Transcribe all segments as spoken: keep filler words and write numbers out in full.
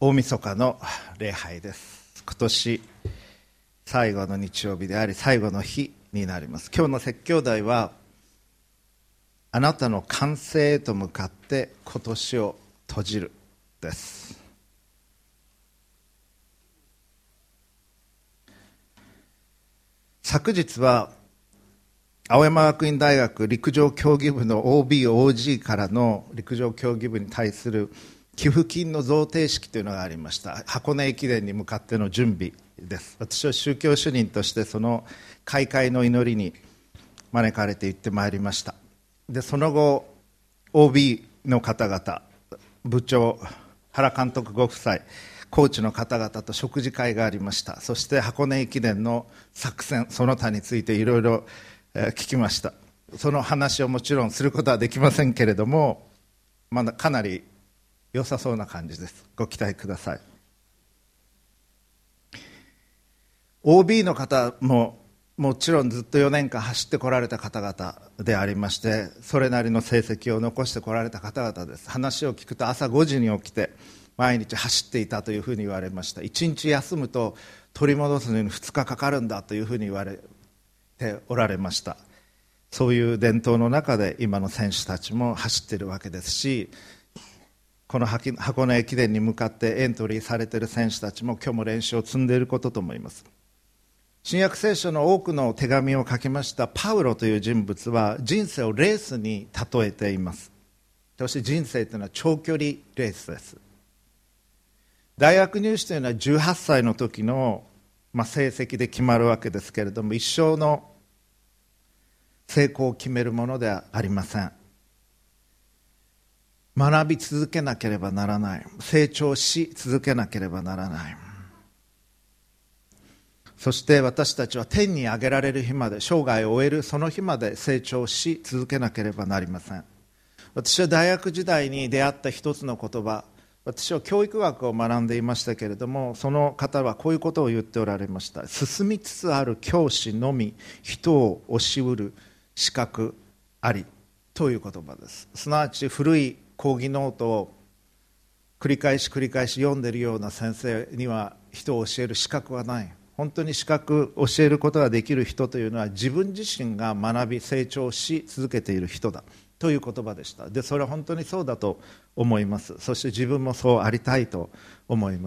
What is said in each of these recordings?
大晦日の礼拝です。今年最後の日曜日であり最後の日になります。今日の説教題は、あなたの完成へと向かって今年を閉じるです。昨日は青山学院大学陸上競技部の オービー、オージー からの陸上競技部に対する寄付金の贈呈式というのがありました。箱根駅伝に向かっての準備です。私は宗教主任としてその開会の祈りに招かれて行ってまいりました。でその後 オービー の方々、部長、原監督ご夫妻、コーチの方々と食事会がありました。そして箱根駅伝の作戦その他についていろいろ聞きました。その話をもちろんすることはできませんけれども、まだかなり良さそうな感じです。ご期待ください。 オービー の方ももちろんずっとよねんかん走ってこられた方々でありまして、それなりの成績を残してこられた方々です。話を聞くと朝ごじに起きて毎日走っていたというふうに言われました。いちにち休むと取り戻すのにふつかかかるんだというふうに言われておられました。そういう伝統の中で今の選手たちも走っているわけですし、この箱根駅伝に向かってエントリーされている選手たちも今日も練習を積んでいることと思います。新約聖書の多くの手紙を書きましたパウロという人物は人生をレースに例えています。そして人生というのは長距離レースです。大学入試というのはじゅうはっさいの時の、まあ、成績で決まるわけですけれども、一生の成功を決めるものではありません。学び続けなければならない、成長し続けなければならない。そして私たちは天に上げられる日まで、生涯を終えるその日まで成長し続けなければなりません。私は大学時代に出会った一つの言葉、私は教育学を学んでいましたけれども、その方はこういうことを言っておられました。進みつつある教師のみ人を教うる資格ありという言葉です。すなわち古い講義ノートを繰り返し繰り返し読んでいるような先生には人を教える資格はない。本当に資格教えることができる人というのは自分自身が学び成長し続けている人だという言葉でした。でそれは本当にそうだと思います。そして自分もそうありたいと思います。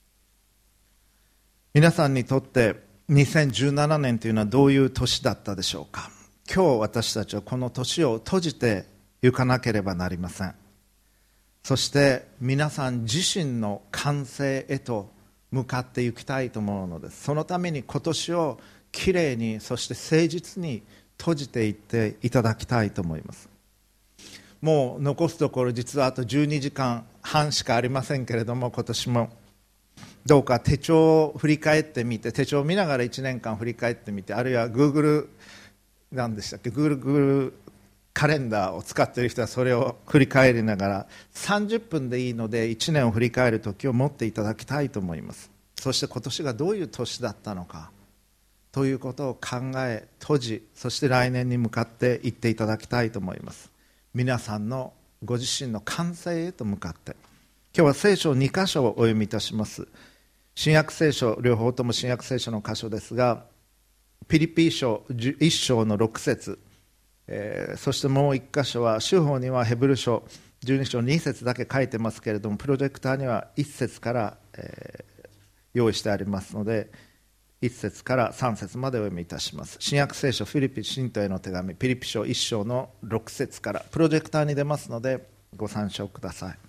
皆さんにとってにせんじゅうななねんというのはどういう年だったでしょうか。今日私たちはこの年を閉じて行かなければなりません。そして皆さん自身の完成へと向かっていきたいと思うのです。そのために今年をきれいに、そして誠実に閉じていっていただきたいと思います。もう残すところ実はあとじゅうにじかんはんしかありませんけれども、今年もどうか手帳を振り返ってみて、手帳を見ながらいちねんかん振り返ってみて、あるいは Google なんでしたっけ Google カレンダーを使っている人はそれを繰り返りながらさんじゅっぷんでいいのでいちねんを振り返る時を持っていただきたいと思います。そして今年がどういう年だったのかということを考え閉じ、そして来年に向かっていっていただきたいと思います。皆さんのご自身の完成へと向かって、今日は聖書に箇所をお読みいたします。新約聖書、両方とも新約聖書の箇所ですが、ピリピ書いっ章のろく節、えー、そしてもう一箇所は州法にはヘブル書じゅうに章に節だけ書いてますけれども、プロジェクターにはいち節から、えー、用意してありますのでいち節からさん節までお読みいたします。新約聖書フィリピ信徒への手紙、ピリピ書いっ章のろく節から、プロジェクターに出ますのでご参照ください。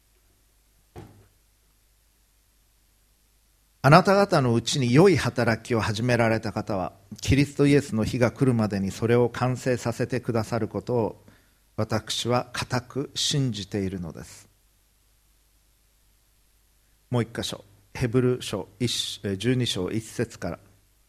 あなた方のうちに良い働きを始められた方は、キリストイエスの日が来るまでにそれを完成させてくださることを私は固く信じているのです。もう一箇所、ヘブル書じゅうに章いち節から、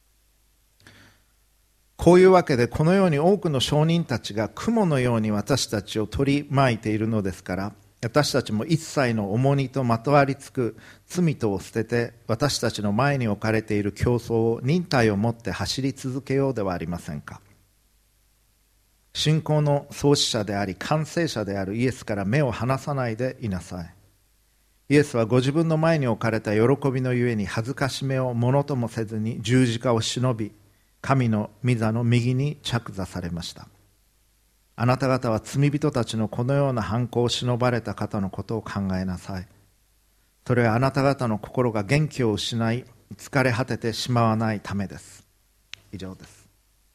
こういうわけでこのように多くの証人たちが雲のように私たちを取り巻いているのですから、私たちも一切の重荷とまとわりつく罪とを捨てて、私たちの前に置かれている競争を忍耐を持って走り続けようではありませんか。信仰の創始者であり完成者であるイエスから目を離さないでいなさい。 イエスはご自分の前に置かれた喜びのゆえに恥ずかしめをものともせずに十字架を忍び、神の御座の右に着座されました。あなた方は罪人たちのこのような犯行を忍ばれた方のことを考えなさい。それはあなた方の心が元気を失い、疲れ果ててしまわないためです。以上です。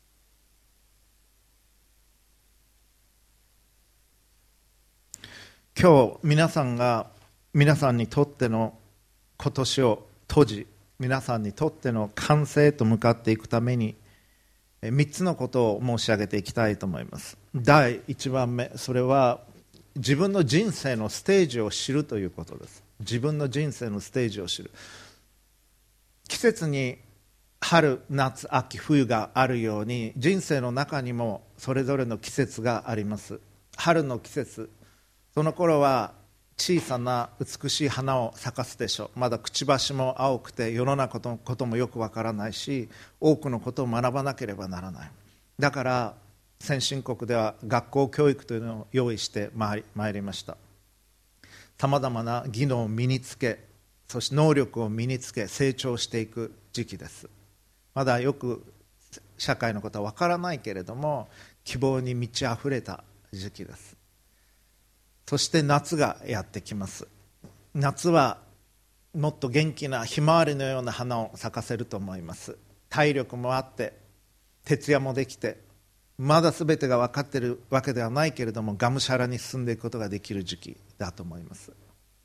今日皆さんが皆さんにとっての今年を閉じ、皆さんにとっての完成へと向かっていくためにみっつのことを申し上げていきたいと思います。だいいちばんめ、それは自分の人生のステージを知るということです。自分の人生のステージを知る。季節に春、夏、秋、冬があるように、人生の中にもそれぞれの季節があります。春の季節、その頃は小さな美しい花を咲かすでしょう。まだくちばしも青くて世の中のこともよくわからないし、多くのことを学ばなければならない。だから先進国では学校教育というのを用意してまいり、まいりました。さまざまな技能を身につけ、そして能力を身につけ成長していく時期です。まだよく社会のことはわからないけれども、希望に満ち溢れた時期です。そして夏がやってきます。夏はもっと元気なひまわりのような花を咲かせると思います。体力もあって徹夜もできて、まだ全てが分かっているわけではないけれども、がむしゃらに進んでいくことができる時期だと思います。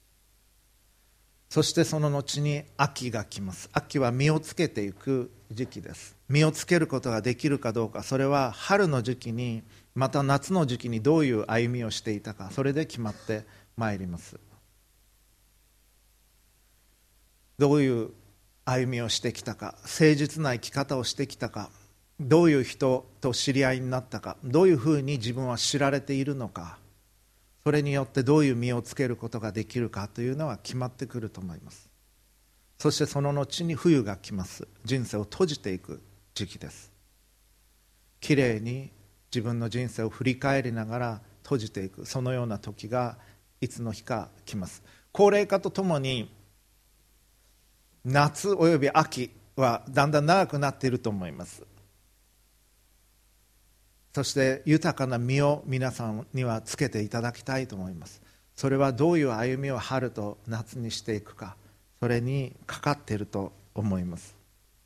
そしてその後に秋が来ます。秋は実をつけていく時期です。実をつけることができるかどうか、それは春の時期にまた夏の時期にどういう歩みをしていたか、それで決まってまいります。どういう歩みをしてきたか、誠実な生き方をしてきたか、どういう人と知り合いになったか、どういうふうに自分は知られているのか、それによってどういう実をつけることができるかというのは決まってくると思います。そしてその後に冬が来ます。人生を閉じていく時期です。きれいに自分の人生を振り返りながら閉じていく、そのような時がいつの日か来ます。高齢化とともに夏および秋はだんだん長くなっていると思います。そして豊かな実を皆さんにはつけていただきたいと思います。それはどういう歩みを春と夏にしていくか、それにかかっていると思います。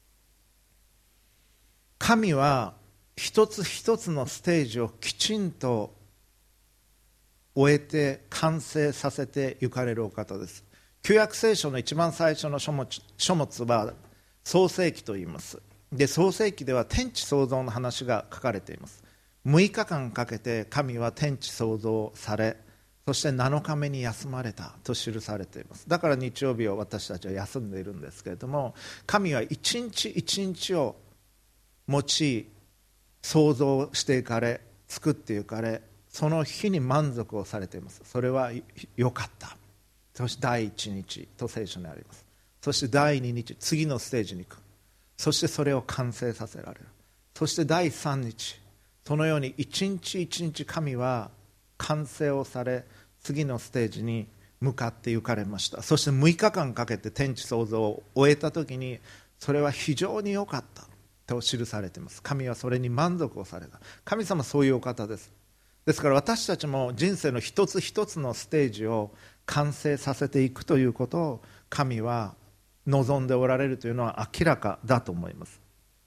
神は一つ一つのステージをきちんと終えて完成させてゆかれるお方です。旧約聖書の一番最初の書物、書物は創世記と言います。で、創世記では天地創造の話が書かれています。むいかかんかけて神は天地創造され、そしてなのかめに休まれたと記されています。だから日曜日を私たちは休んでいるんですけれども、神は一日一日を用い創造していかれ、作っていかれ、その日に満足をされています。それは良かった。そして第一日と聖書にあります。そして第二日、次のステージに行く。そしてそれを完成させられる。そして第三日、そのように一日一日神は完成をされ、次のステージに向かって行かれました。そしてむいかかんかけて天地創造を終えた時に、それは非常に良かったと記されています。神はそれに満足をされた。神様はそういうお方です。ですから私たちも人生の一つ一つのステージを完成させていくということを神は望んでおられるというのは明らかだと思います。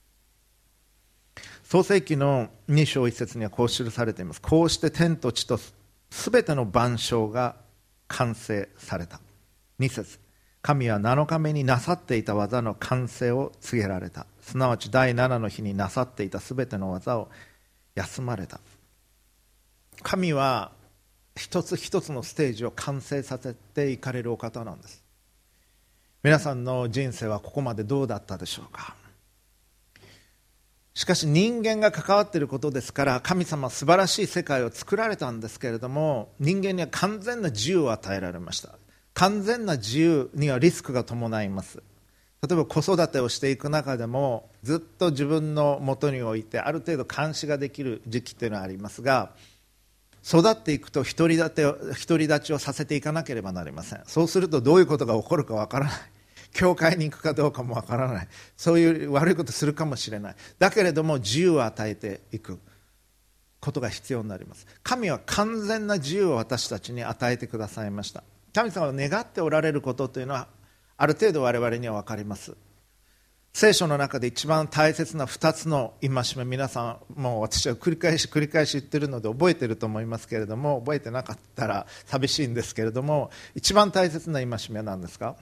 創世記のに章いち節にはこう記されています。こうして天と地とすべての万象が完成された。に節、神はなのかめになさっていた技の完成を告げられた。すなわち第七の日になさっていたすべての技を休まれた。神は一つ一つのステージを完成させていかれるお方なんです。皆さんの人生はここまでどうだったでしょうか。しかし人間が関わっていることですから、神様は素晴らしい世界を作られたんですけれども、人間には完全な自由を与えられました。完全な自由にはリスクが伴います。例えば子育てをしていく中でも、ずっと自分の元に置いてある程度監視ができる時期というのはありますが、 育っていくと独り立てを独り立ちをさせていかなければなりません。そうするとどういうことが起こるかわからない。教会に行くかどうかもわからない。そういう悪いことするかもしれない。だけれども自由を与えていくことが必要になります。神は完全な自由を私たちに与えてくださいました。神様が願っておられることというのはある程度我々には分かります。聖書の中で一番大切なふたつの戒め、皆さんもう私は繰り返し繰り返し言ってるので覚えてると思いますけれども、覚えてなかったら寂しいんですけれども、一番大切な戒めは何ですか？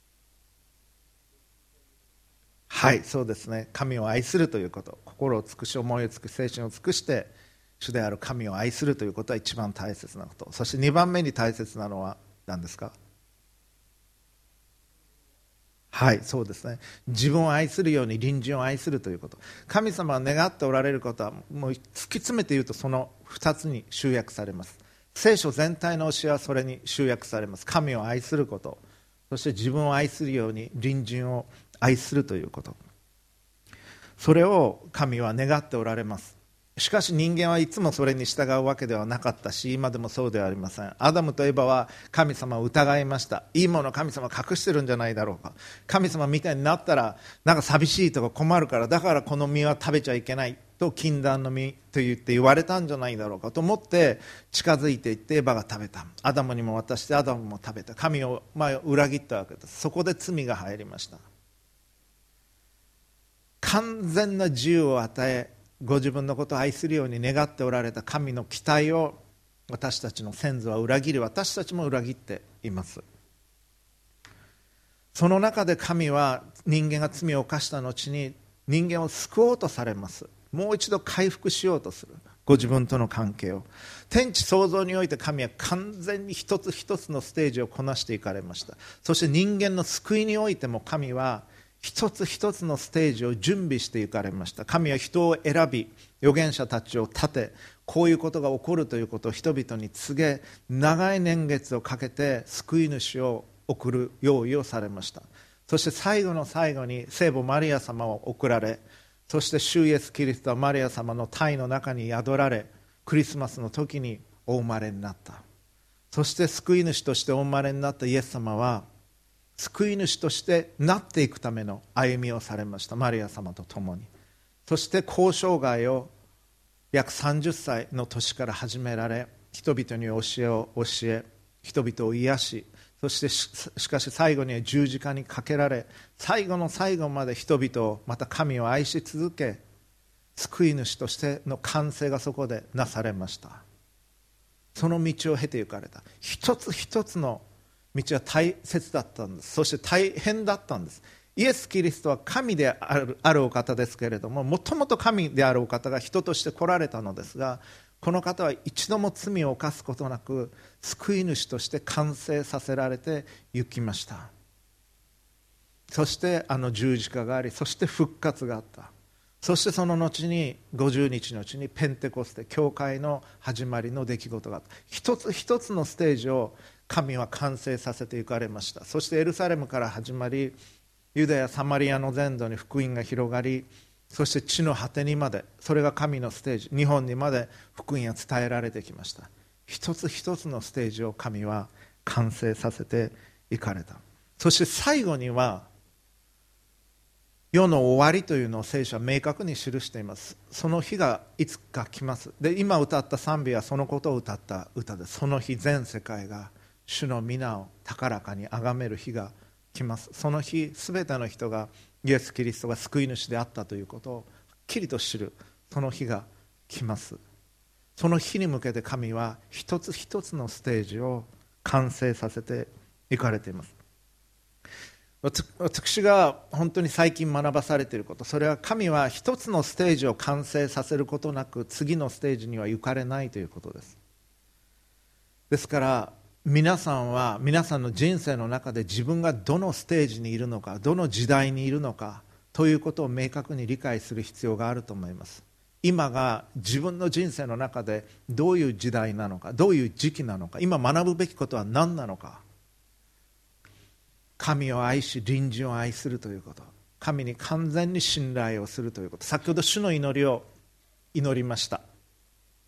はい、そうですね。神を愛するということ、心を尽くし思いを尽くし精神を尽くして主である神を愛するということは一番大切なこと。そしてにばんめに大切なのは何ですか？はい、そうですね。自分を愛するように隣人を愛するということ。神様が願っておられることはもう突き詰めて言うとそのふたつに集約されます。聖書全体の教えはそれに集約されます。神を愛すること、そして自分を愛するように隣人を愛するということ、それを神は願っておられます。しかし人間はいつもそれに従うわけではなかったし、今でもそうではありません。アダムとエバは神様を疑いました。いいものを神様隠してるんじゃないだろうか、神様みたいになったらなんか寂しいとか困るから、だからこの実は食べちゃいけないと禁断の実と言って言われたんじゃないだろうかと思って近づいていってエバが食べた。アダムにも渡してアダムも食べた。神をまあ裏切ったわけです。そこで罪が入りました。完全な自由を与え、ご自分のことを愛するように願っておられた神の期待を私たちの先祖は裏切り、私たちも裏切っています。その中で神は人間が罪を犯した後に人間を救おうとされます。もう一度回復しようとする、ご自分との関係を。天地創造において神は完全に一つ一つのステージをこなしていかれました。そして人間の救いにおいても神は一つ一つのステージを準備していかれました。神は人を選び、預言者たちを立て、こういうことが起こるということを人々に告げ、長い年月をかけて救い主を送る用意をされました。そして最後の最後に聖母マリア様を送られ、そして主イエスキリストはマリア様の胎の中に宿られ、クリスマスの時にお生まれになった。そして救い主としてお生まれになったイエス様は救い主としてなっていくための歩みをされました。マリア様と共に。そして交渉外を約さんじゅっさいの年から始められ、人々に教えを教え、人々を癒し、そして し, しかし最後には十字架にかけられ、最後の最後まで人々をまた神を愛し続け、救い主としての完成がそこでなされました。その道を経て行かれた。一つ一つの道は大切だったんです。そして大変だったんです。イエス・キリストは神である、あるお方ですけれども、もともと神であるお方が人として来られたのですが、この方は一度も罪を犯すことなく救い主として完成させられて行きました。そしてあの十字架があり、そして復活があった。そしてその後にごじゅうにちのうちにペンテコステ、教会の始まりの出来事があった。一つ一つのステージを神は完成させていかれました。そしてエルサレムから始まり、ユダヤサマリアの全土に福音が広がり、そして地の果てにまで、それが神のステージ、日本にまで福音が伝えられてきました。一つ一つのステージを神は完成させていかれた。そして最後には世の終わりというのを聖書は明確に記しています。その日がいつか来ます。で、今歌った賛美はそのことを歌った歌です。その日全世界が主の皆を高らかに崇める日が来ます。その日すべての人がイエス・キリストが救い主であったということをはっきりと知る、その日が来ます。その日に向けて神は一つ一つのステージを完成させていかれています。私が本当に最近学ばされていること、それは神は一つのステージを完成させることなく次のステージには行かれないということです。ですから皆さんは皆さんの人生の中で自分がどのステージにいるのか、どの時代にいるのかということを明確に理解する必要があると思います。今が自分の人生の中でどういう時代なのか、どういう時期なのか、今学ぶべきことは何なのか。神を愛し隣人を愛するということ、神に完全に信頼をするということ。先ほど主の祈りを祈りました。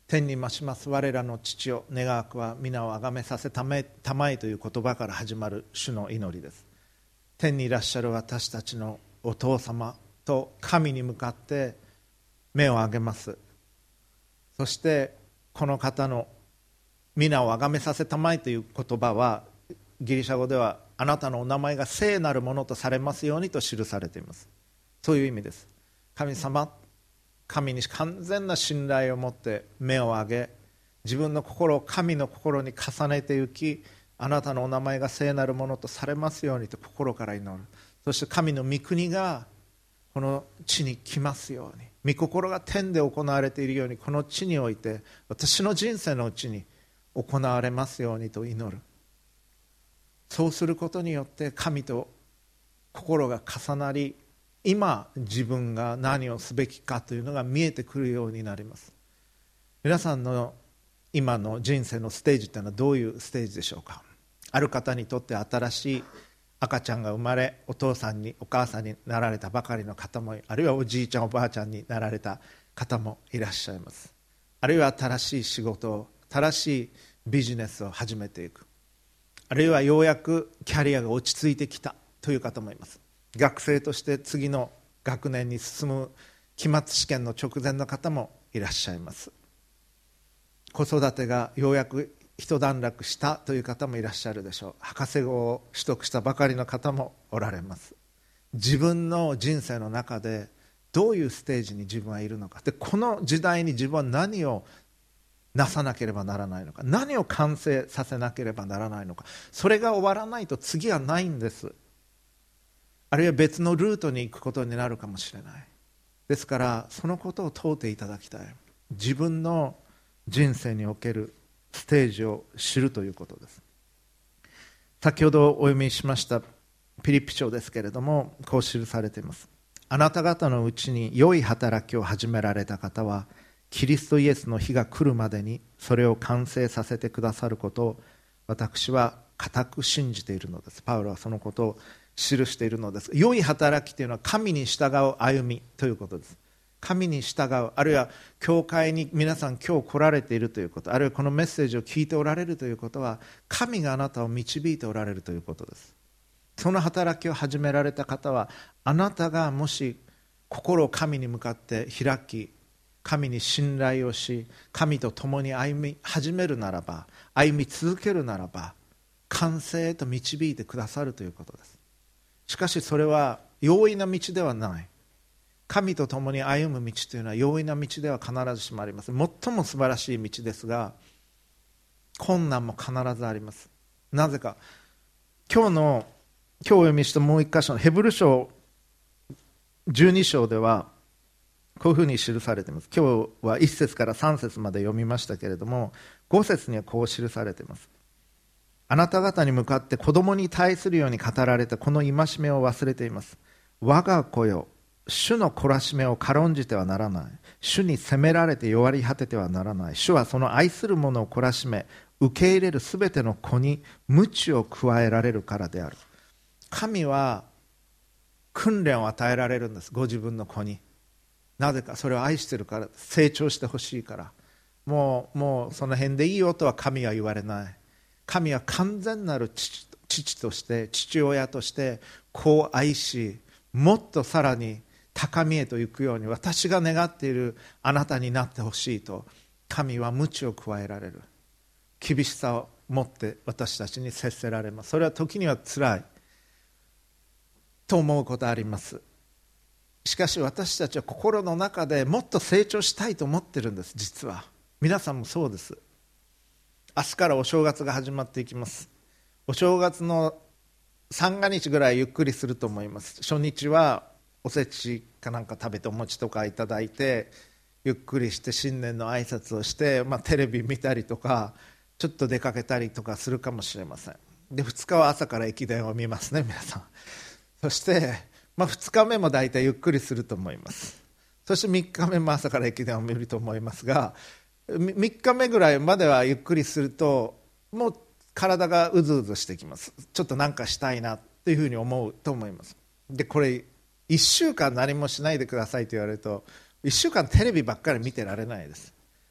天に増します我らの父よ、願わくは皆をあがめさせためたまえという言葉から始まる主の祈りです。天にいらっしゃる私たちのお父様と神に向かって目を上げます。そしてこの方の皆をあがめさせたまえという言葉はギリシャ語ではあなたのお名前が聖なるものとされますようにと記されています。そういう意味です。神様、神に完全な信頼を持って目を上げ、自分の心を神の心に重ねていき、あなたのお名前が聖なるものとされますようにと心から祈る。そして神の御国がこの地に来ますように、御心が天で行われているようにこの地において私の人生のうちに行われますようにと祈る。そうすることによって神と心が重なり、今自分が何をすべきかというのが見えてくるようになります。皆さんの今の人生のステージというのはどういうステージでしょうか。ある方にとって新しい赤ちゃんが生まれ、お父さんにお母さんになられたばかりの方も、あるいはおじいちゃんおばあちゃんになられた方もいらっしゃいます。あるいは新しい仕事を、新しいビジネスを始めていく、あるいはようやくキャリアが落ち着いてきたという方もいます。学生として次の学年に進む期末試験の直前の方もいらっしゃいます。子育てがようやく一段落したという方もいらっしゃるでしょう。博士号を取得したばかりの方もおられます。自分の人生の中でどういうステージに自分はいるのか、でこの時代に自分は何をなさなければならないのか、何を完成させなければならないのか、それが終わらないと次はないんです。あるいは別のルートに行くことになるかもしれない。ですからそのことを問うていただきたい。自分の人生におけるステージを知るということです。先ほどお読みしましたピリピ書ですけれども、こう記されています。あなた方のうちに良い働きを始められた方は、キリストイエスの日が来るまでにそれを完成させてくださることを私は固く信じているのです。パウロはそのことを記しているのです。良い働きというのは神に従う歩みということです。神に従う、あるいは教会に皆さん今日来られているということ、あるいはこのメッセージを聞いておられるということは、神があなたを導いておられるということです。その働きを始められた方は、あなたがもし心を神に向かって開き、神に信頼をし、神と共に歩み始めるならば、歩み続けるならば、完成へと導いてくださるということです。しかしそれは容易な道ではない。神と共に歩む道というのは容易な道では必ずしもあります。最も素晴らしい道ですが、困難も必ずあります。なぜか、今日の今日お読みしたもう一箇所のヘブル書じゅうに章ではこういうふうに記されています。今日はいち節からさん節まで読みましたけれども、ご節にはこう記されています。あなた方に向かって子供に対するように語られたこの戒めを忘れています。我が子よ、主の懲らしめを軽んじてはならない。主に責められて弱り果ててはならない。主はその愛する者を懲らしめ、受け入れるすべての子に鞭を加えられるからである。神は訓練を与えられるんです、ご自分の子に。なぜか、それを愛しているから、成長してほしいから。もう、もうその辺でいいよとは神は言われない。神は完全なる 父, 父として父親として子を愛し、もっとさらに高みへと行くように、私が願っているあなたになってほしいと神は鞭を加えられる。厳しさを持って私たちに接せられます。それは時にはつらいと思うことあります。しかし私たちは心の中でもっと成長したいと思っているんです。実は皆さんもそうです。明日からお正月が始まっていきます。お正月の三が日ぐらいゆっくりすると思います。初日はおせちかなんか食べてお餅とかいただいてゆっくりして新年の挨拶をして、まあ、テレビ見たりとかちょっと出かけたりとかするかもしれません。でふつかは朝から駅伝を見ますね、皆さん。そして、まあ、ふつかめも大体ゆっくりすると思います。そしてみっかめも朝から駅伝を見ると思いますが、みっかめぐらいまではゆっくりするともう体がうずうずしてきます。ちょっと何かしたいなというふうに思うと思います。でこれいっしゅうかん何もしないでくださいと言われると、いっしゅうかんテレビばっかり見てられないです。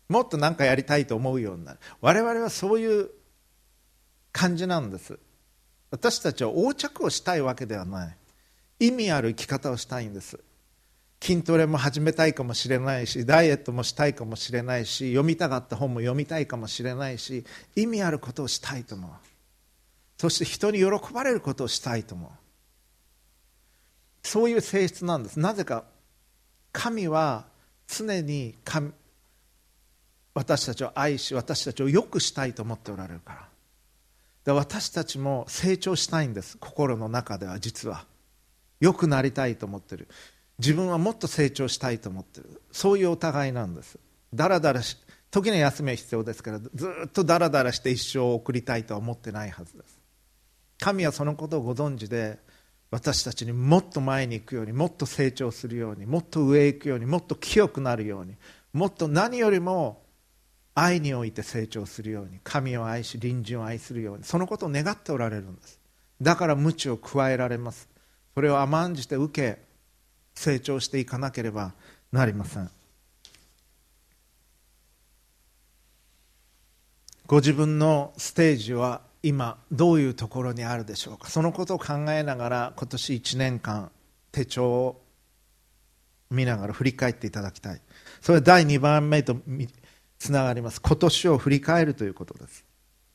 もっと何かやりたいと思うようになる。我々はそういう感じなんです。私たちは横着をしたいわけではない。意味ある生き方をしたいんです。筋トレも始めたいかもしれないし、ダイエットもしたいかもしれないし、読みたかった本も読みたいかもしれないし、意味あることをしたいと思う。そして人に喜ばれることをしたいと思う。そういう性質なんです。なぜか神は常に神私たちを愛し、私たちを良くしたいと思っておられるから。で、私たちも成長したいんです。心の中では実は良くなりたいと思っている。自分はもっと成長したいと思っている。そういうお互いなんです。だらだらし時には休みは必要ですから、ずっとだらだらして一生を送りたいとは思ってないはずです。神はそのことをご存知で、私たちにもっと前に行くように、もっと成長するように、もっと上へ行くように、もっと清くなるように、もっと何よりも愛において成長するように、神を愛し隣人を愛するように、そのことを願っておられるんです。だから鞭を加えられます。それを甘んじて受け成長していかなければなりません。ご自分のステージは今どういうところにあるでしょうか。そのことを考えながら今年いちねんかん手帳を見ながら振り返っていただきたい。それはだいにばんめとつながります。今年を振り返るということです。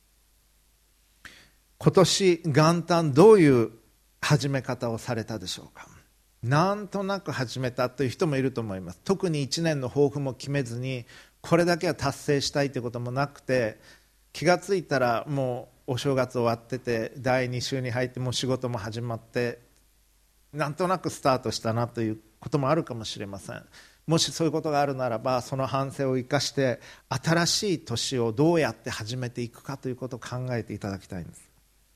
今年元旦どういう始め方をされたでしょうか。なんとなく始めたという人もいると思います。特にいちねんの抱負も決めずに、これだけは達成したいということもなくて、気がついたらもうお正月終わってて、だいに週に入ってもう仕事も始まって、なんとなくスタートしたなということもあるかもしれません。もしそういうことがあるならば、その反省を生かして新しい年をどうやって始めていくかということを考えていただきたいんです。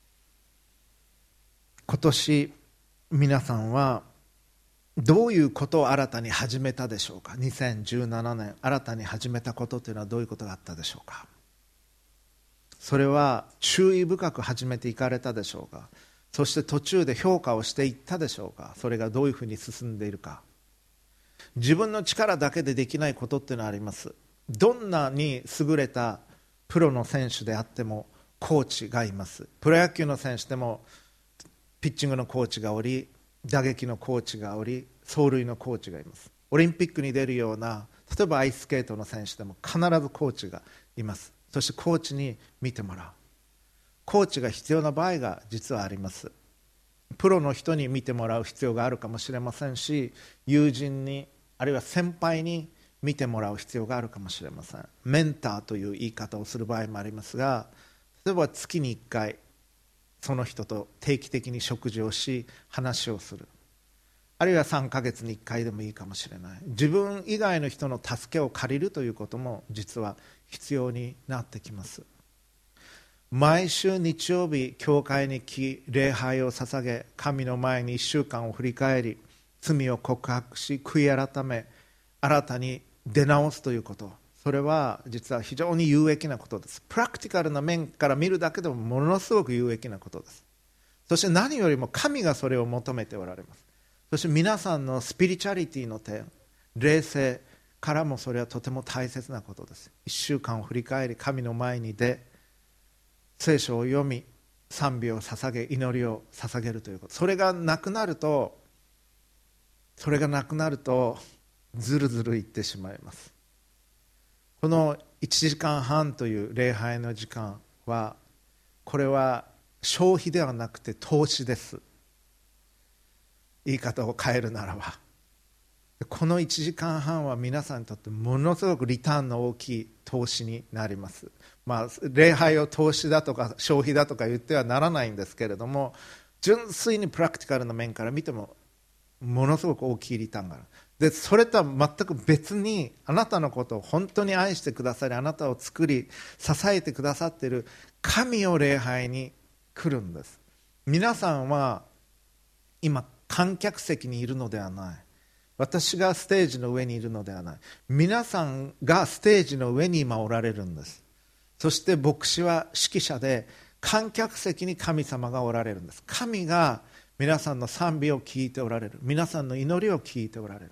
今年皆さんはどういうことを新たに始めたでしょうか。にせんじゅうななねん新たに始めたことというのはどういうことがあったでしょうか。それは注意深く始めていかれたでしょうか。そして途中で評価をしていったでしょうか。それがどういうふうに進んでいるか。自分の力だけでできないことっていうのはあります。どんなに優れたプロの選手であってもコーチがいます。プロ野球の選手でもピッチングのコーチがおり、打撃のコーチがおり、走塁のコーチがいます。オリンピックに出るような、例えばアイススケートの選手でも必ずコーチがいます。そしてコーチに見てもらう。コーチが必要な場合が実はあります。プロの人に見てもらう必要があるかもしれませんし、友人にあるいは先輩に見てもらう必要があるかもしれません。メンターという言い方をする場合もありますが、例えば月にいっかいその人と定期的に食事をし話をする、あるいはさんかげつにいっかいでもいいかもしれない。自分以外の人の助けを借りるということも実は必要になってきます。毎週日曜日教会に来、礼拝を捧げ、神の前にいっしゅうかんを振り返り、罪を告白し悔い改め新たに出直すということ、それは実は非常に有益なことです。プラクティカルな面から見るだけでもものすごく有益なことです。そして何よりも神がそれを求めておられます。そして皆さんのスピリチュアリティの点、霊性からもそれはとても大切なことです。いっしゅうかんを振り返り、神の前に出、聖書を読み、賛美を捧げ、祈りを捧げるということ、それがなくなるとそれがなくなるとずるずるいってしまいます。このいちじかんはんという礼拝の時間は、これは消費ではなくて投資です。言い方を変えるならば、このいちじかんはんは皆さんにとってものすごくリターンの大きい投資になります。まあ、礼拝を投資だとか消費だとか言ってはならないんですけれども、純粋にプラクティカルな面から見てもものすごく大きいリターンがある。でそれとは全く別に、あなたのことを本当に愛してくださり、あなたを作り支えてくださっている神を礼拝に来るんです。皆さんは今観客席にいるのではない。私がステージの上にいるのではない。皆さんがステージの上に今おられるんです。そして牧師は指揮者で、観客席に神様がおられるんです。神が皆さんの賛美を聞いておられる。皆さんの祈りを聞いておられる。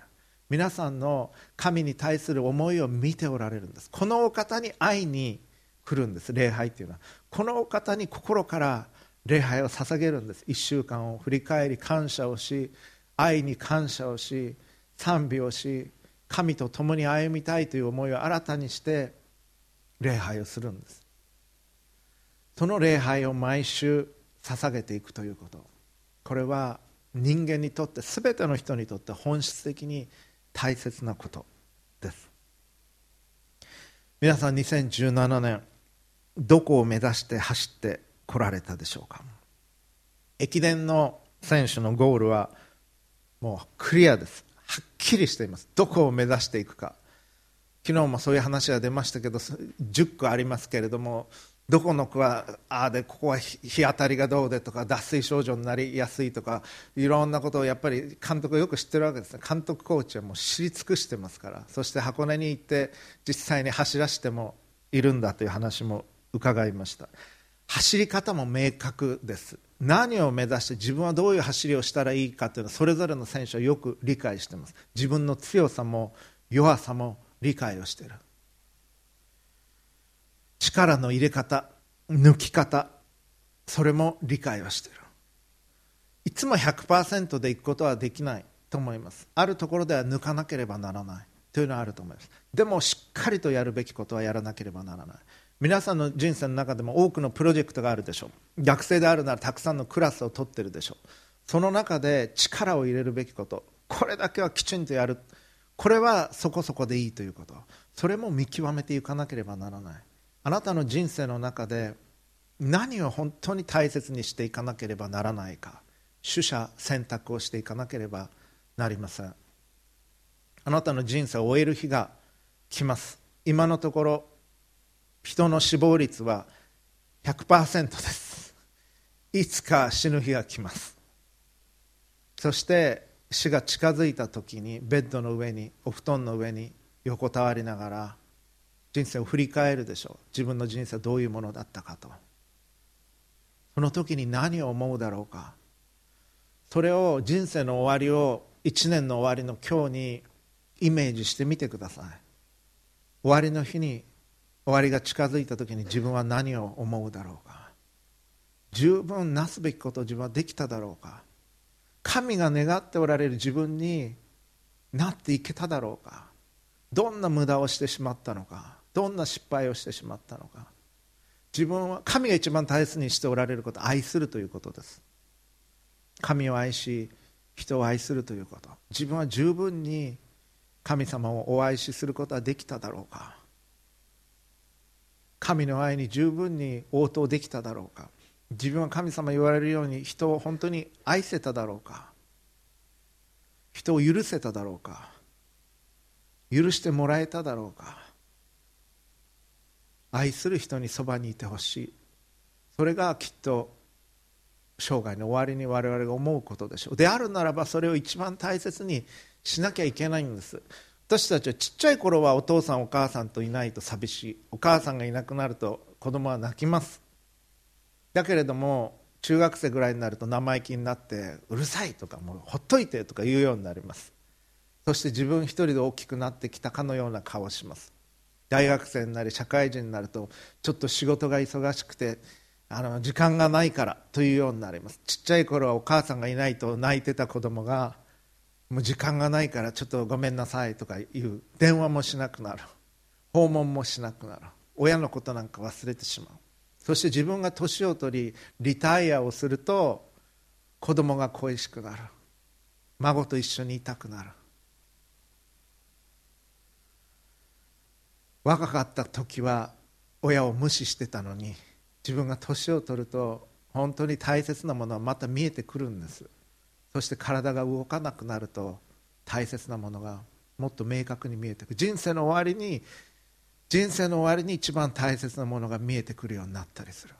皆さんの神に対する思いを見ておられるんです。このお方に会いに来るんです。礼拝というのはこのお方に心から礼拝を捧げるんです。いっしゅうかんを振り返り感謝をし、愛に感謝をし、賛美をし、神と共に歩みたいという思いを新たにして礼拝をするんです。その礼拝を毎週捧げていくということ、これは人間にとって、全ての人にとって本質的に大切なことです。皆さんにせんじゅうななねんどこを目指して走って来られたでしょうか。駅伝の選手のゴールはもうクリアです。はっきりしています。どこを目指していくか。昨日もそういう話が出ましたけど、じゅっこありますけれども、どこの区はああで、ここは日当たりがどうでとか、脱水症状になりやすいとか、いろんなことをやっぱり監督はよく知ってるわけですね。監督コーチはもう知り尽くしてますから。そして箱根に行って実際に走らせてもいるんだという話も伺いました。走り方も明確です。何を目指して自分はどういう走りをしたらいいかというのはそれぞれの選手はよく理解しています。自分の強さも弱さも理解をしている。力の入れ方、抜き方、それも理解をしている。いつも ひゃくパーセント でいくことはできないと思います。あるところでは抜かなければならないというのはあると思います。でもしっかりとやるべきことはやらなければならない。皆さんの人生の中でも多くのプロジェクトがあるでしょう。学生であるならたくさんのクラスを取っているでしょう。その中で力を入れるべきこと、これだけはきちんとやる、これはそこそこでいいということ、それも見極めていかなければならない。あなたの人生の中で何を本当に大切にしていかなければならないか、取捨選択をしていかなければなりません。あなたの人生を終える日が来ます。今のところ人の死亡率は ひゃくパーセント です。いつか死ぬ日が来ます。そして死が近づいた時にベッドの上に、お布団の上に横たわりながら人生を振り返るでしょう。自分の人生はどういうものだったかと。その時に何を思うだろうか。それを人生の終わりをいちねんの終わりの今日にイメージしてみてください。終わりの日に、終わりが近づいた時に自分は何を思うだろうか。十分なすべきことを自分はできただろうか。神が願っておられる自分になっていけただろうか。どんな無駄をしてしまったのか、どんな失敗をしてしまったのか。自分は、神が一番大切にしておられること、愛するということです。神を愛し人を愛するということ、自分は十分に神様をお愛しすることはできただろうか。神の愛に十分に応答できただろうか。自分は神様言われるように人を本当に愛せただろうか。人を許せただろうか。許してもらえただろうか。愛する人にそばにいてほしい。それがきっと生涯の終わりに我々が思うことでしょう。であるならばそれを一番大切にしなきゃいけないんです。私たちはちっちゃい頃はお父さんお母さんといないと寂しい。お母さんがいなくなると子供は泣きます。だけれども中学生ぐらいになると生意気になってうるさいとかもうほっといてとか言うようになります。そして自分一人で大きくなってきたかのような顔をします。大学生になり社会人になるとちょっと仕事が忙しくてあの時間がないからというようになります。ちっちゃい頃はお母さんがいないと泣いてた子供がもう時間がないからちょっとごめんなさいとか言う。電話もしなくなる。訪問もしなくなる。親のことなんか忘れてしまう。そして自分が年を取りリタイアをすると子供が恋しくなる。孫と一緒にいたくなる。若かった時は親を無視してたのに自分が年を取ると本当に大切なものはまた見えてくるんです。そして体が動かなくなると大切なものがもっと明確に見えてくる。人生の終わりに人生の終わりに一番大切なものが見えてくるようになったりする。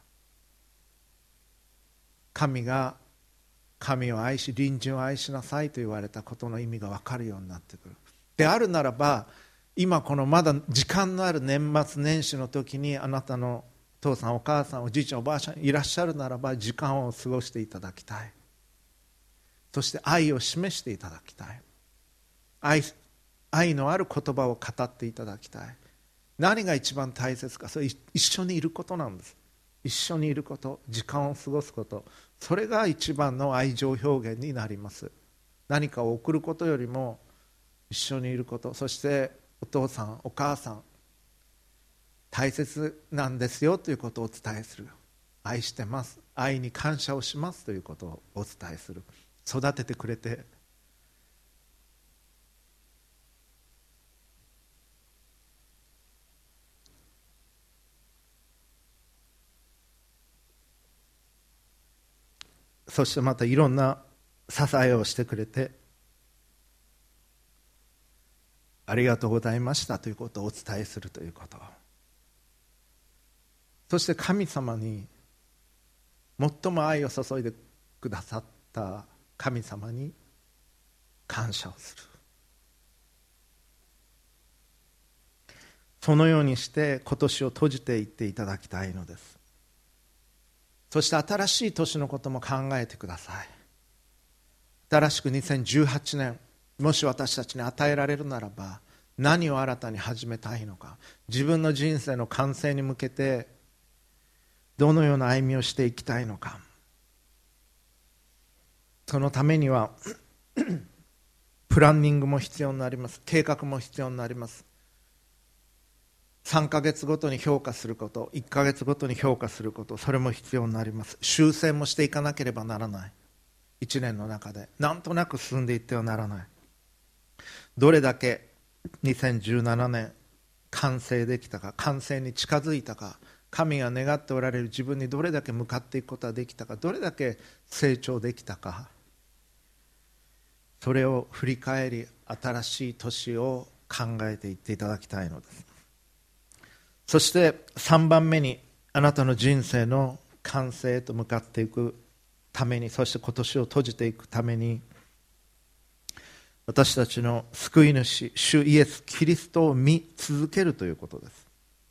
神が神を愛し隣人を愛しなさいと言われたことの意味が分かるようになってくる。であるならば今このまだ時間のある年末年始の時にあなたのお父さんお母さんおじいちゃんおばあちゃんいらっしゃるならば時間を過ごしていただきたい。そして愛を示していただきたい。 愛, 愛のある言葉を語っていただきたい。何が一番大切か、それ一緒にいることなんです。一緒にいること、時間を過ごすこと、それが一番の愛情表現になります。何かを送ることよりも一緒にいること、そしてお父さんお母さん大切なんですよということをお伝えする。愛してます、愛に感謝をしますということをお伝えする。育ててくれて、そしてまたいろんな支えをしてくれて、ありがとうございましたということをお伝えするということ、そして神様に最も愛を注いでくださった神様に感謝をする。そのようにして今年を閉じていっていただきたいのです。そして新しい年のことも考えてください。新しくにせんじゅうはちねん、もし私たちに与えられるならば何を新たに始めたいのか、自分の人生の完成に向けてどのような歩みをしていきたいのか。そのためにはプランニングも必要になります。計画も必要になります。さんかげつごとに評価すること、いっかげつごとに評価すること、それも必要になります。修正もしていかなければならない。いちねんの中でなんとなく進んでいってはならない。どれだけにせんじゅうななねん完成できたか、完成に近づいたか、神が願っておられる自分にどれだけ向かっていくことができたか、どれだけ成長できたか、それを振り返り新しい年を考えていっていただきたいのです。そしてさんばんめに、あなたの人生の完成へと向かっていくために、そして今年を閉じていくために、私たちの救い主、主イエス・キリストを見続けるということです。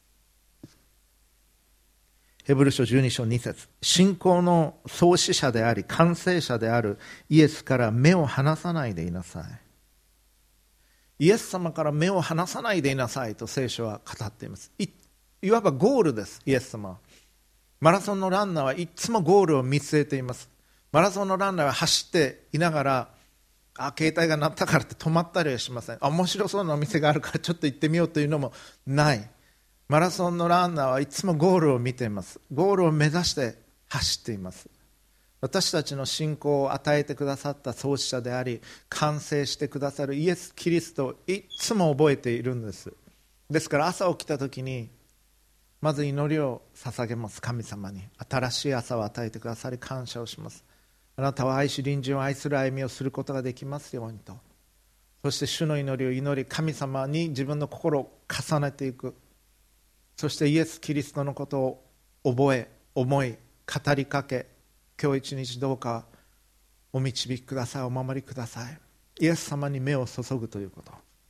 ヘブル書じゅうに章に節、信仰の創始者であり完成者であるイエスから目を離さないでいなさい。イエス様から目を離さないでいなさいと聖書は語っています。 い, いわばゴールです。イエス様はマラソンのランナーはいつもゴールを見据えています。マラソンのランナーは走っていながら、あ、携帯が鳴ったからって止まったりはしません。あ、面白そうなお店があるからちょっと行ってみようというのもない。マラソンのランナーはいつもゴールを見ています。ゴールを目指して走っています。私たちの信仰を与えてくださった創始者であり完成してくださるイエス・キリストをいつも覚えているんです。ですから朝起きた時にまず祈りを捧げます。神様に新しい朝を与えてくださり感謝をします。あなたは愛し隣人を愛する歩みをすることができますようにと。そして主の祈りを祈り、神様に自分の心を重ねていく。そしてイエス・キリストのことを覚え、思い、語りかけ、今日一日どうかお導きください、お守りください。イエス様に目を注ぐということ。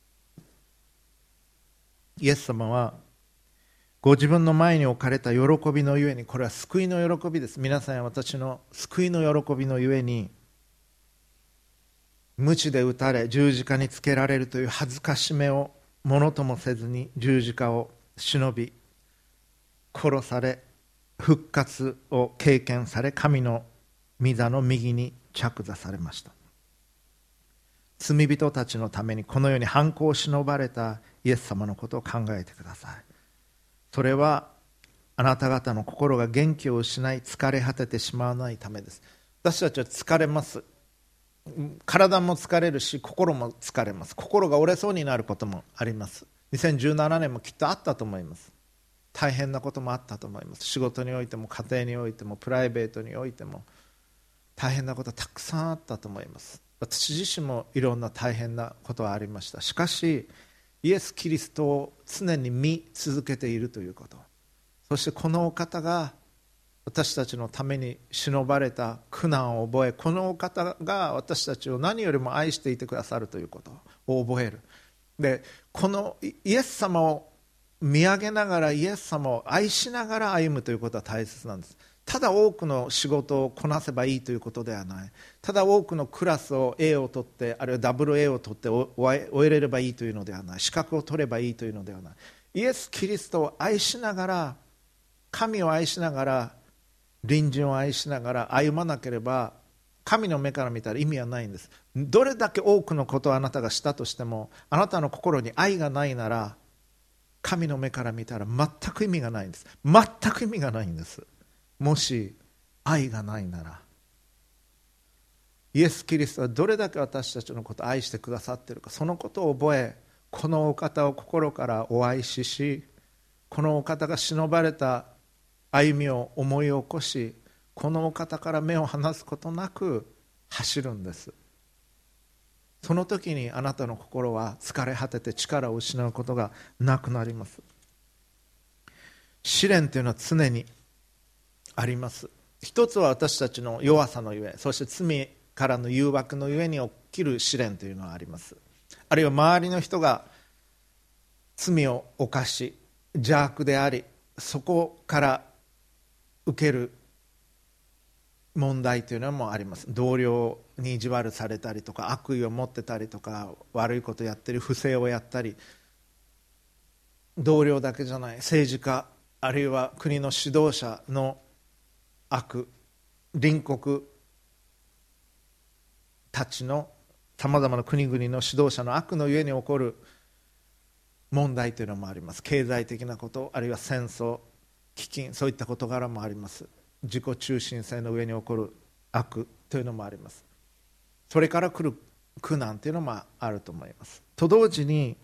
イエス様はご自分の前に置かれた喜びのゆえに、これは救いの喜びです。皆さん、私の救いの喜びのゆえに鞭で打たれ十字架につけられるという恥ずかしめをものともせずに十字架を忍び殺され復活を経験され、神の御座の右に着座されました。罪人たちのためにこのように犯行を忍ばれたイエス様のことを考えてください。それはあなた方の心が元気を失い疲れ果ててしまわないためです。私たちは疲れます。体も疲れるし心も疲れます。心が折れそうになることもあります。にせんじゅうななねんもきっとあったと思います。大変なこともあったと思います。仕事においても家庭においてもプライベートにおいても大変なことたくさんあったと思います。私自身もいろんな大変なことはありました。しかしイエス・キリストを常に見続けているということ、そしてこのお方が私たちのために忍ばれた苦難を覚え、このお方が私たちを何よりも愛していてくださるということを覚える。で、このイエス様を見上げながらイエス様を愛しながら歩むということは大切なんです。 ただ多くの仕事をこなせばいいということではない。ただ多くのクラスを エー を取って、あるいは ダブルエー を取って終えれればいいというのではない。資格を取ればいいというのではない。イエス・キリストを愛しながら、神を愛しながら、隣人を愛しながら歩まなければ、神の目から見たら意味はないんです。どれだけ多くのことをあなたがしたとしても、あなたの心に愛がないなら、神の目から見たら全く意味がないんです。全く意味がないんです。もし愛がないなら。イエス・キリストはどれだけ私たちのことを愛してくださっているか、そのことを覚え、このお方を心からお愛しし、このお方が忍ばれた歩みを思い起こし、このお方から目を離すことなく走るんです。その時にあなたの心は疲れ果てて力を失うことがなくなります。試練というのは常にあります。一つは私たちの弱さのゆえ、そして罪からの誘惑のゆえに起きる試練というのはあります。あるいは周りの人が罪を犯し邪悪であり、そこから受ける問題というのもあります。同僚に意地悪されたりとか、悪意を持ってたりとか、悪いことをやってる、不正をやったり、同僚だけじゃない、政治家あるいは国の指導者の悪、隣国たちのさまざまな国々の指導者の悪のゆえに起こる問題というのもあります。経済的なこと、あるいは戦争、飢饉、そういった事柄もあります。自己中心性の上に起こる悪というのもあります。それから来る苦難というのもあると思います。と同時に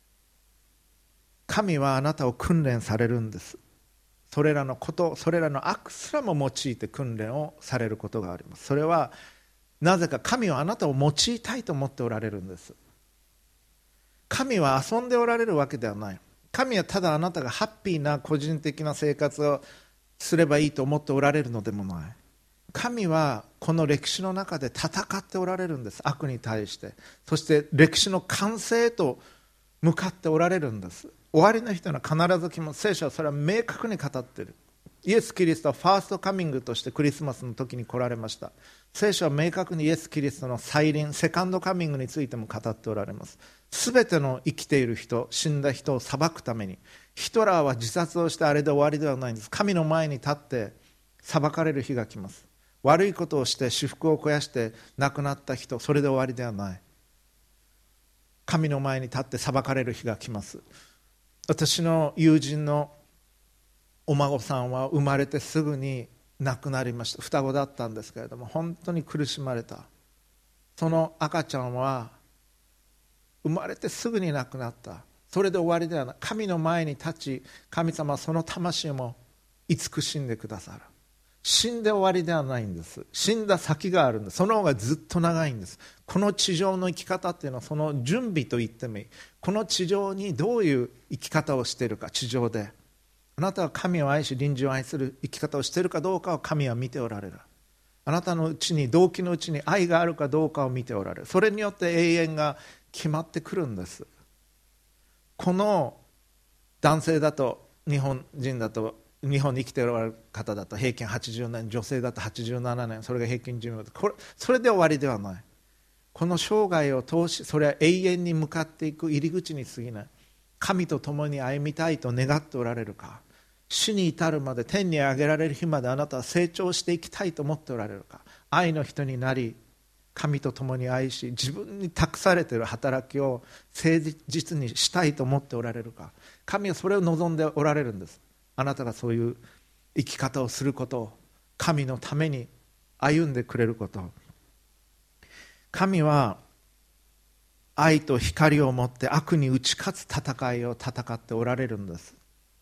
神はあなたを訓練されるんです。それらのこと、それらの悪すらも用いて訓練をされることがあります。それはなぜか神はあなたを用いたいと思っておられるんです。神は遊んでおられるわけではない。神はただあなたがハッピーな個人的な生活をすればいいと思っておられるのでもない。神はこの歴史の中で戦っておられるんです。悪に対して。そして歴史の完成へと向かっておられるんです。終わりの日というのは必ず来ます。聖書はそれは明確に語っている。イエス・キリストはファーストカミングとしてクリスマスの時に来られました。聖書は明確にイエス・キリストの再臨、セカンドカミングについても語っておられます。すべての生きている人、死んだ人を裁くために、ヒトラーは自殺をしてあれで終わりではないんです。神の前に立って裁かれる日が来ます。悪いことをして私腹を肥やして亡くなった人、それで終わりではない。神の前に立って裁かれる日が来ます。私の友人のお孫さんは生まれてすぐに亡くなりました。双子だったんですけれども、本当に苦しまれた。その赤ちゃんは生まれてすぐに亡くなった。それで終わりではない。神の前に立ち、神様はその魂も慈しんでくださる。死んで終わりではないんです。死んだ先があるんです。その方がずっと長いんです。この地上の生き方っていうのはその準備と言ってもいい。この地上にどういう生き方をしているか、地上であなたは神を愛し隣人を愛する生き方をしているかどうかを神は見ておられる。あなたのうちに、動機のうちに愛があるかどうかを見ておられる。それによって永遠が決まってくるんです。この男性だと、日本人だと、日本に生きておられる方だと平均はちじゅうねん、女性だとはちじゅうななねん、それが平均寿命で、これそれで終わりではない。この生涯を通し、それは永遠に向かっていく入り口に過ぎない。神と共に歩みたいと願っておられるか、死に至るまで、天に上げられる日まであなたは成長していきたいと思っておられるか、愛の人になり神と共に愛し、自分に託されている働きを誠実にしたいと思っておられるか。神はそれを望んでおられるんです。あなたがそういう生き方をすることを、神のために歩んでくれることを。神は愛と光を持って悪に打ち勝つ戦いを戦っておられるんです。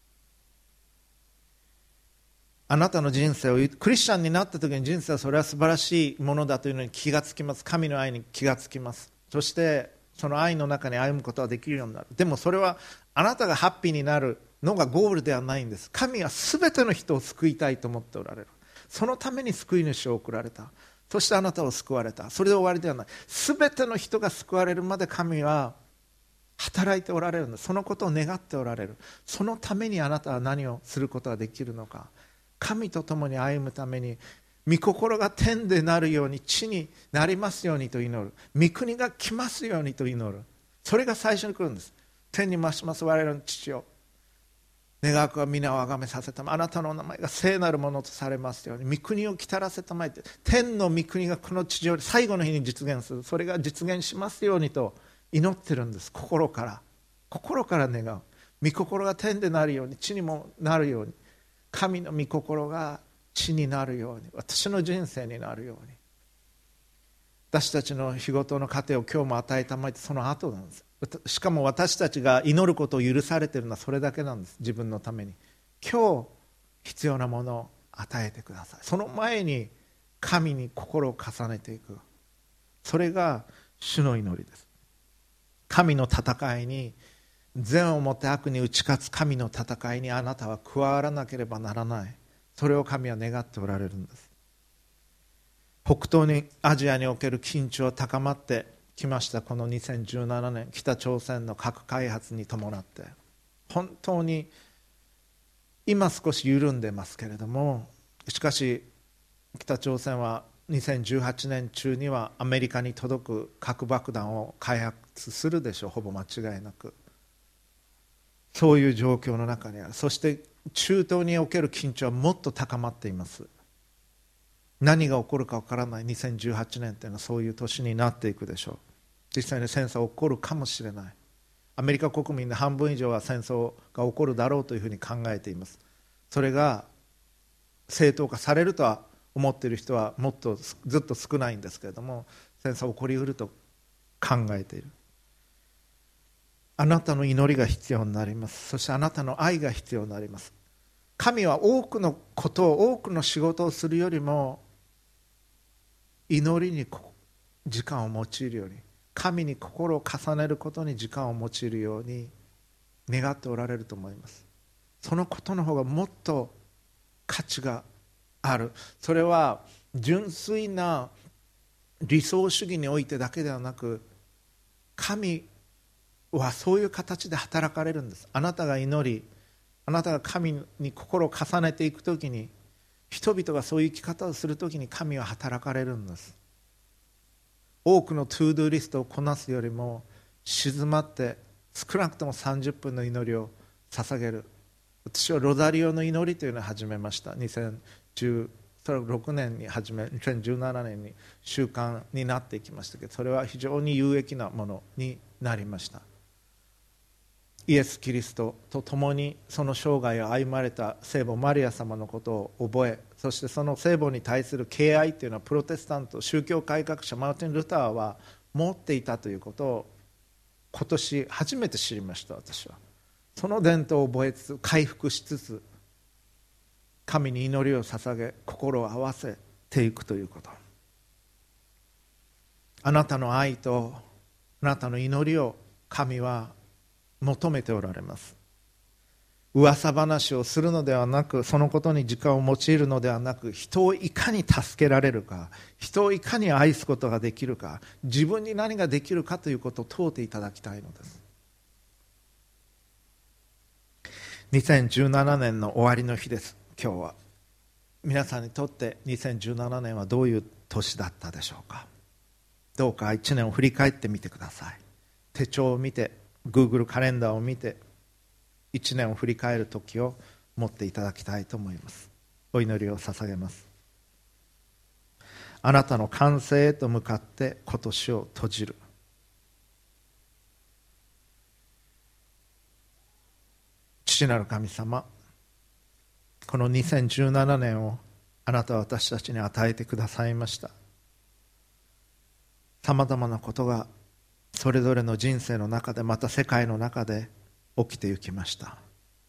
あなたの人生を、クリスチャンになった時に人生はそれは素晴らしいものだというのに気がつきます。神の愛に気がつきます。そしてその愛の中に歩むことができるようになる。でもそれはあなたがハッピーになるのがゴールではないんです。神は全ての人を救いたいと思っておられる。そのために救い主を送られた。そしてあなたを救われた。それで終わりではない。全ての人が救われるまで神は働いておられるんです。そのことを願っておられる。そのためにあなたは何をすることができるのか。 神と共に歩むために、御心が天でなるように地になりますようにと祈る。御国が来ますようにと祈る。それが最初に来るんです。天に増します我々の父よ、願わくは皆をあがめさせたまえ、あなたの名前が聖なるものとされますように、御国を来たらせたまえて、天の御国がこの地上で最後の日に実現する、それが実現しますようにと祈ってるんです。心から心から願う。御心が天でなるように地にもなるように、神の御心が地になるように、私の人生になるように。私たちの日ごとの糧を今日も与えたまえて、その後なんです。しかも私たちが祈ることを許されているのはそれだけなんです。自分のために今日必要なものを与えてください。その前に神に心を重ねていく、それが主の祈りです。神の戦いに、善をもって悪に打ち勝つ神の戦いにあなたは加わらなければならない。それを神は願っておられるんです。北東にアジアにおける緊張は高まってきました。このにせんじゅうななねん、北朝鮮の核開発に伴って本当に今少し緩んでますけれども、しかし北朝鮮はにせんじゅうはちねん中にはアメリカに届く核爆弾を開発するでしょう。ほぼ間違いなくそういう状況の中にある。そして中東における緊張はもっと高まっています。何が起こるかわからないにせんじゅうはちねんというのはそういう年になっていくでしょう。実際に戦争が起こるかもしれない。アメリカ国民の半分以上は戦争が起こるだろうというふうに考えています。それが正当化されるとは思っている人はもっとずっと少ないんですけれども、戦争起こりうると考えている。あなたの祈りが必要になります。そしてあなたの愛が必要になります。神は多くのことを、多くの仕事をするよりも祈りに時間を用いるように、神に心を重ねることに時間を用いるように願っておられると思います。そのことの方がもっと価値がある。それは純粋な理想主義においてだけではなく、神はそういう形で働かれるんです。あなたが祈り、あなたが神に心を重ねていくときに、人々がそういう生き方をするときに神は働かれるんです。多くのトゥードゥーリストをこなすよりも静まって少なくともさんじゅっぷんの祈りを捧げる。私はロザリオの祈りというのを始めました。にせんじゅうろくねんに始め、にせんじゅうななねんに習慣になっていきましたけど、それは非常に有益なものになりました。イエス・キリストと共にその生涯を歩まれた聖母マリア様のことを覚え、そしてその聖母に対する敬愛というのはプロテスタント宗教改革者マーティン・ルターは持っていたということを今年初めて知りました。私はその伝統を覚えつつ、回復しつつ、神に祈りを捧げ心を合わせていくということ。あなたの愛とあなたの祈りを神は求めておられます。噂話をするのではなく、そのことに時間を用いるのではなく、人をいかに助けられるか、人をいかに愛すことができるか、自分に何ができるかということを問うていただきたいのです。にせんじゅうななねんの終わりの日です。今日は皆さんにとってにせんじゅうななねんはどういう年だったでしょうか。どうかいちねんを振り返ってみてください。手帳を見て、Google カレンダーを見て、いちねんを振り返る時を持っていただきたいと思います。お祈りを捧げます。あなたの完成へと向かって今年を閉じる。父なる神様、このにせんじゅうななねんをあなたは私たちに与えてくださいました。さまざまなことがそれぞれの人生の中で、また世界の中で起きてゆきました。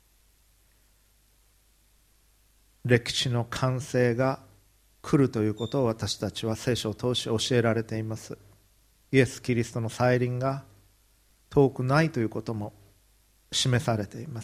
歴史の完成が来るということを私たちは聖書を通し教えられています。イエス・キリストの再臨が遠くないということも示されています。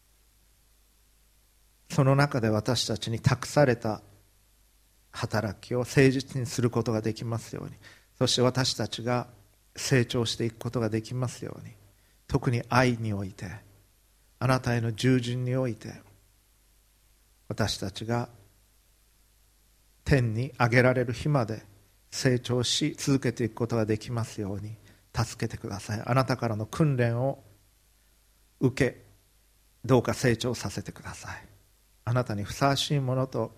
その中で私たちに託された働きを誠実にすることができますように、そして私たちが成長していくことができますように、特に愛において、あなたへの従順において、 私たちが天に上げられる日まで成長し続けていくことができますように助けてください。あなたからの訓練を受け、どうか成長させてください。あなたにふさわしいものと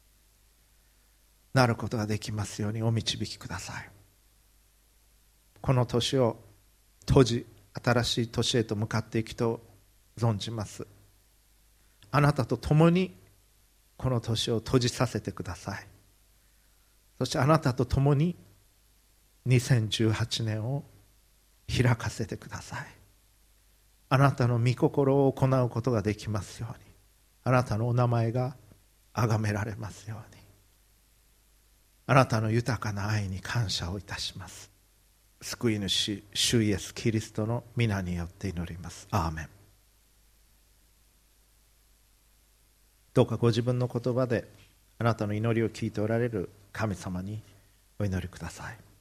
なることができますようにお導きください。この年を閉じ、新しい年へと向かっていきと存じます。あなたと共にこの年を閉じさせてください。そしてあなたと共ににせんじゅうはちねんを開かせてください。あなたの御心を行うことができますように、あなたのお名前が崇められますように、あなたの豊かな愛に感謝をいたします。救い主主イエスキリストの皆によって祈ります。アーメン。どうかご自分の言葉であなたの祈りを聞いておられる神様にお祈りください。